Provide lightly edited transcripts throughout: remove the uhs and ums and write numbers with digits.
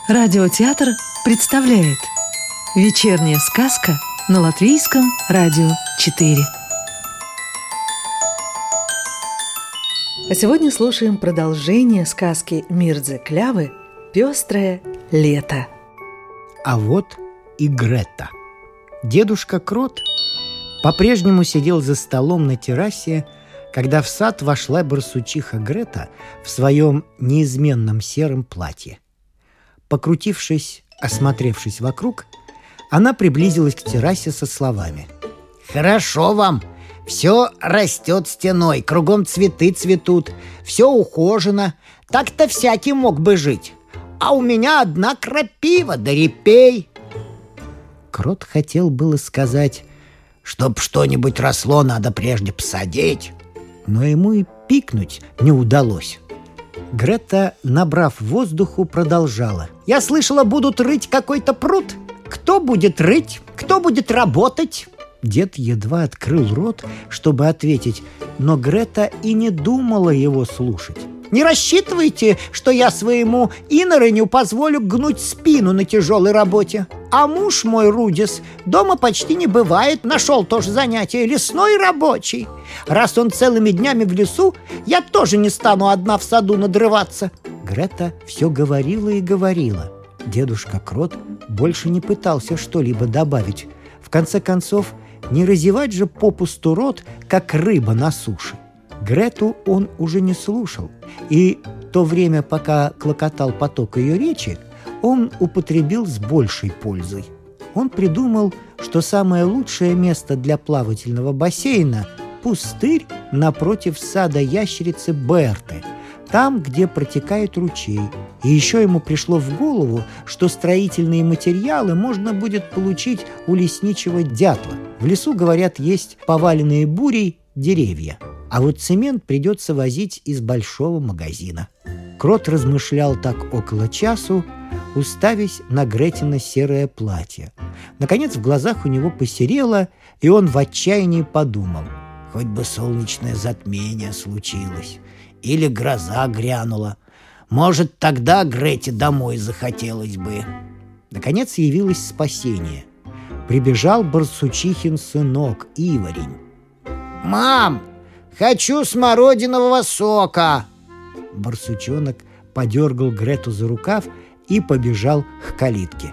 Радиотеатр представляет «Вечерняя сказка» на Латвийском радио 4. А сегодня слушаем продолжение сказки Мирдзе Клявы «Пестрое лето». А вот и Грета. Дедушка Крот по-прежнему сидел за столом на террасе, когда в сад вошла барсучиха Грета в своем неизменном сером платье. Покрутившись, осмотревшись вокруг, она приблизилась к террасе со словами: «Хорошо вам! Все растет стеной, кругом цветы цветут, все ухожено. Так-то всякий мог бы жить. А у меня одна крапива да репей». Крот хотел было сказать: «Чтоб что-нибудь росло, надо прежде посадить», но ему и пикнуть не удалось. Грета, набрав воздуху, продолжала: «Я слышала, будут рыть какой-то пруд. Кто будет рыть? Кто будет работать?» Дед едва открыл рот, чтобы ответить, но Грета и не думала его слушать. «Не рассчитывайте, что я своему инорыню позволю гнуть спину на тяжелой работе. А муж мой, Рудис, дома почти не бывает, нашел тоже занятие, лесной рабочий. Раз он целыми днями в лесу, я тоже не стану одна в саду надрываться». Грета все говорила и говорила. Дедушка Крот больше не пытался что-либо добавить. В конце концов, не разевать же попусту рот, как рыба на суше. Грету он уже не слушал, и то время, пока клокотал поток ее речи, он употребил с большей пользой. Он придумал, что самое лучшее место для плавательного бассейна – пустырь напротив сада ящерицы Берты, там, где протекает ручей. И еще ему пришло в голову, что строительные материалы можно будет получить у лесничего дятла. В лесу, говорят, есть поваленные бурей деревья, а вот цемент придется возить из большого магазина. Крот размышлял так около часу, уставясь на Гретино серое платье. Наконец в глазах у него посерело, и он в отчаянии подумал: хоть бы солнечное затмение случилось, или гроза грянула. Может, тогда Грете домой захотелось бы. Наконец явилось спасение. Прибежал барсучихин сынок Иварень. «Мам, хочу смородинового сока!» Барсучонок подергал Грету за рукав и побежал к калитке.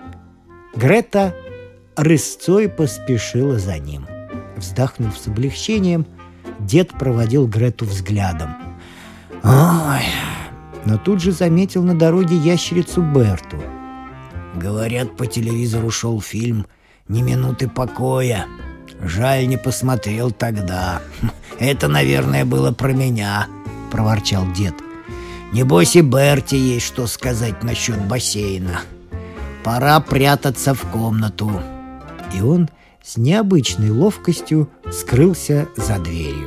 Грета рысцой поспешила за ним. Вздохнув с облегчением, дед проводил Грету взглядом. «Ой!» Но тут же заметил на дороге ящерицу Берту. «Говорят, по телевизору шел фильм «Ни минуты покоя». Жаль, не посмотрел тогда. Это, наверное, было про меня», — проворчал дед. «Небось и Берте есть что сказать насчет бассейна. Пора прятаться в комнату». И он с необычной ловкостью скрылся за дверью.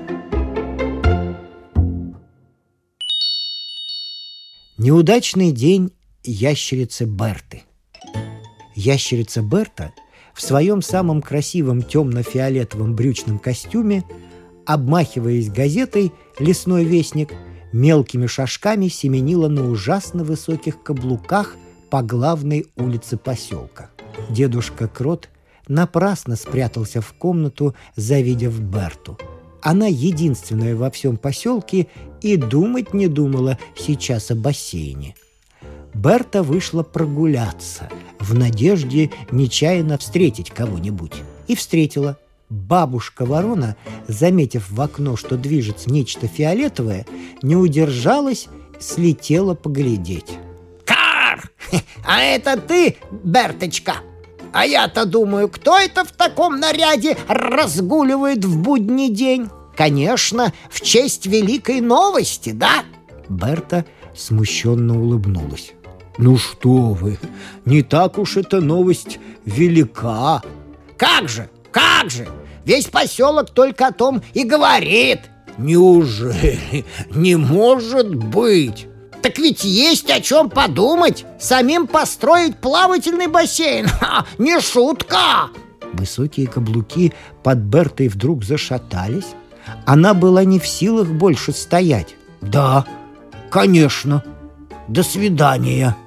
Неудачный день ящерицы Берты. Ящерица Берта в своем самом красивом темно-фиолетовом брючном костюме, обмахиваясь газетой «Лесной вестник», мелкими шажками семенила на ужасно высоких каблуках по главной улице поселка. Дедушка Крот напрасно спрятался в комнату, завидев Берту. Она единственная во всем поселке и думать не думала сейчас о бассейне. Берта вышла прогуляться в надежде нечаянно встретить кого-нибудь. И встретила. Бабушка-ворона, заметив в окно, что движется нечто фиолетовое, не удержалась, слетела поглядеть. «Кар! А это ты, Берточка? А я-то думаю, кто это в таком наряде разгуливает в будний день? Конечно, в честь великой новости, да?» Берта смущенно улыбнулась. «Ну что вы, не так уж эта новость велика». «Как же, как же! Весь поселок только о том и говорит». «Неужели? Не может быть!» «Так ведь есть о чем подумать. Самим построить плавательный бассейн. Не шутка!» Высокие каблуки под Бертой вдруг зашатались. Она была не в силах больше стоять. «Да, конечно. До свидания»,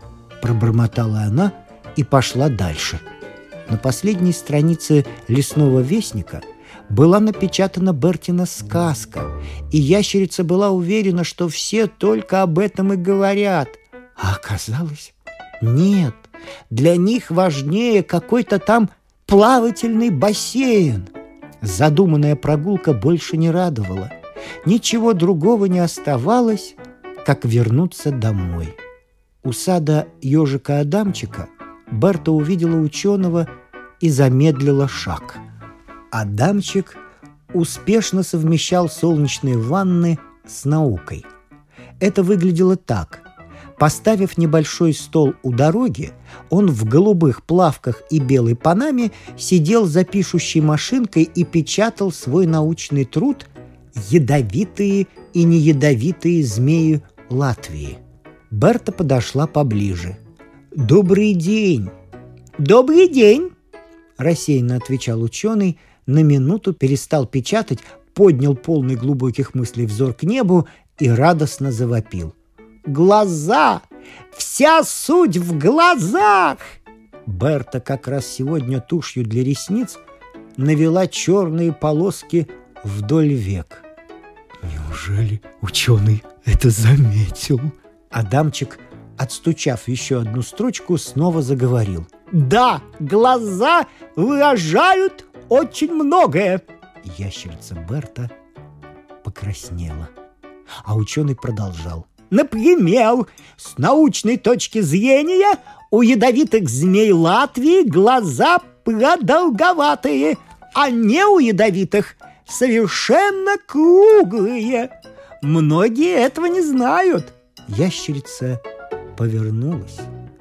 пробормотала она и пошла дальше. На последней странице «Лесного вестника» была напечатана Бертина сказка, и ящерица была уверена, что все только об этом и говорят. А оказалось, нет, для них важнее какой-то там плавательный бассейн. Задуманная прогулка больше не радовала. Ничего другого не оставалось, как вернуться домой. У сада ежика Адамчика Берта увидела ученого и замедлила шаг. Адамчик успешно совмещал солнечные ванны с наукой. Это выглядело так. Поставив небольшой стол у дороги, он в голубых плавках и белой панаме сидел за пишущей машинкой и печатал свой научный труд «Ядовитые и неядовитые змеи Латвии». Берта подошла поближе. «Добрый день!» «Добрый день!» – рассеянно отвечал ученый, на минуту перестал печатать, поднял полный глубоких мыслей взор к небу и радостно завопил. «Глаза! Вся суть в глазах!» Берта как раз сегодня тушью для ресниц навела черные полоски вдоль век. «Неужели ученый это заметил?» Адамчик, отстучав еще одну строчку, снова заговорил. «Да, глаза выражают очень многое!» Ящерица Берта покраснела, а ученый продолжал. «Например, с научной точки зрения у ядовитых змей Латвии глаза продолговатые, а не у ядовитых совершенно круглые. Многие этого не знают». Ящерица повернулась.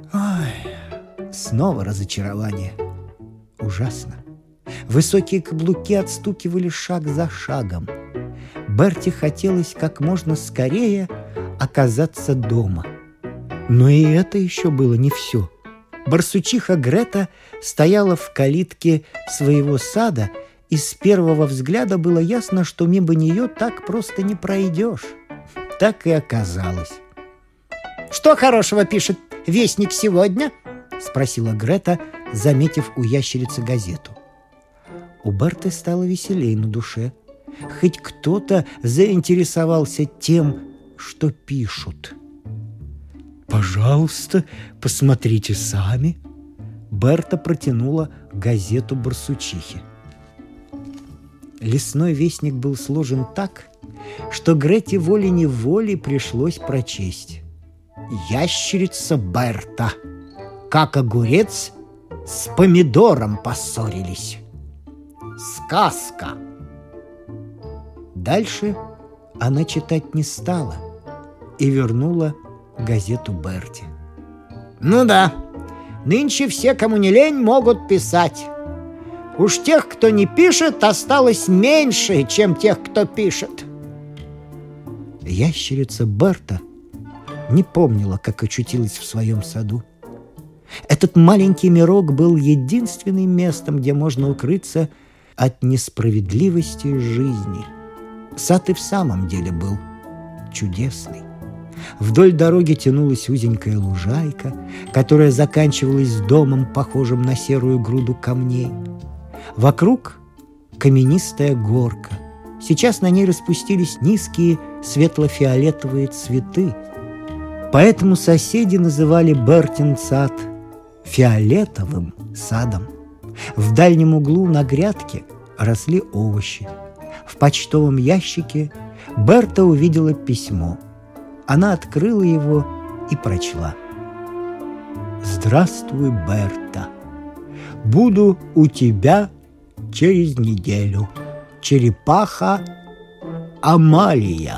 Ай, снова разочарование. Ужасно. Высокие каблуки отстукивали шаг за шагом. Берте хотелось как можно скорее оказаться дома. Но и это еще было не все. Барсучиха Грета стояла в калитке своего сада, и с первого взгляда было ясно, что мимо нее так просто не пройдешь. Так и оказалось. «Что хорошего пишет вестник сегодня?» – спросила Грета, заметив у ящерицы газету. У Берты стало веселей на душе. Хоть кто-то заинтересовался тем, что пишут. «Пожалуйста, посмотрите сами». Берта протянула газету барсучихе. Лесной вестник был сложен так, что Грете волей-неволей пришлось прочесть. «Ящерица Берта. Как огурец с помидором поссорились. Сказка». Дальше она читать не стала и вернула газету Берте. «Ну да, нынче все, кому не лень, могут писать. Уж тех, кто не пишет, осталось меньше, чем тех, кто пишет». Ящерица Берта не помнила, как очутилась в своем саду. Этот маленький мирок был единственным местом, где можно укрыться от несправедливости жизни. Сад и в самом деле был чудесный. Вдоль дороги тянулась узенькая лужайка, которая заканчивалась домом, похожим на серую груду камней. Вокруг каменистая горка. Сейчас на ней распустились низкие светло-фиолетовые цветы. Поэтому соседи называли Бертин сад фиолетовым садом. В дальнем углу на грядке росли овощи. В почтовом ящике Берта увидела письмо. Она открыла его и прочла. «Здравствуй, Берта. Буду у тебя через неделю. Черепаха Амалия».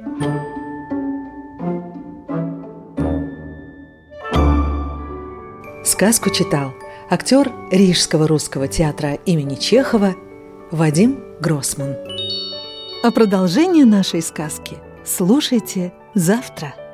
Сказку читал актер Рижского русского театра имени Чехова Вадим Гроссман. А продолжение нашей сказки слушайте завтра.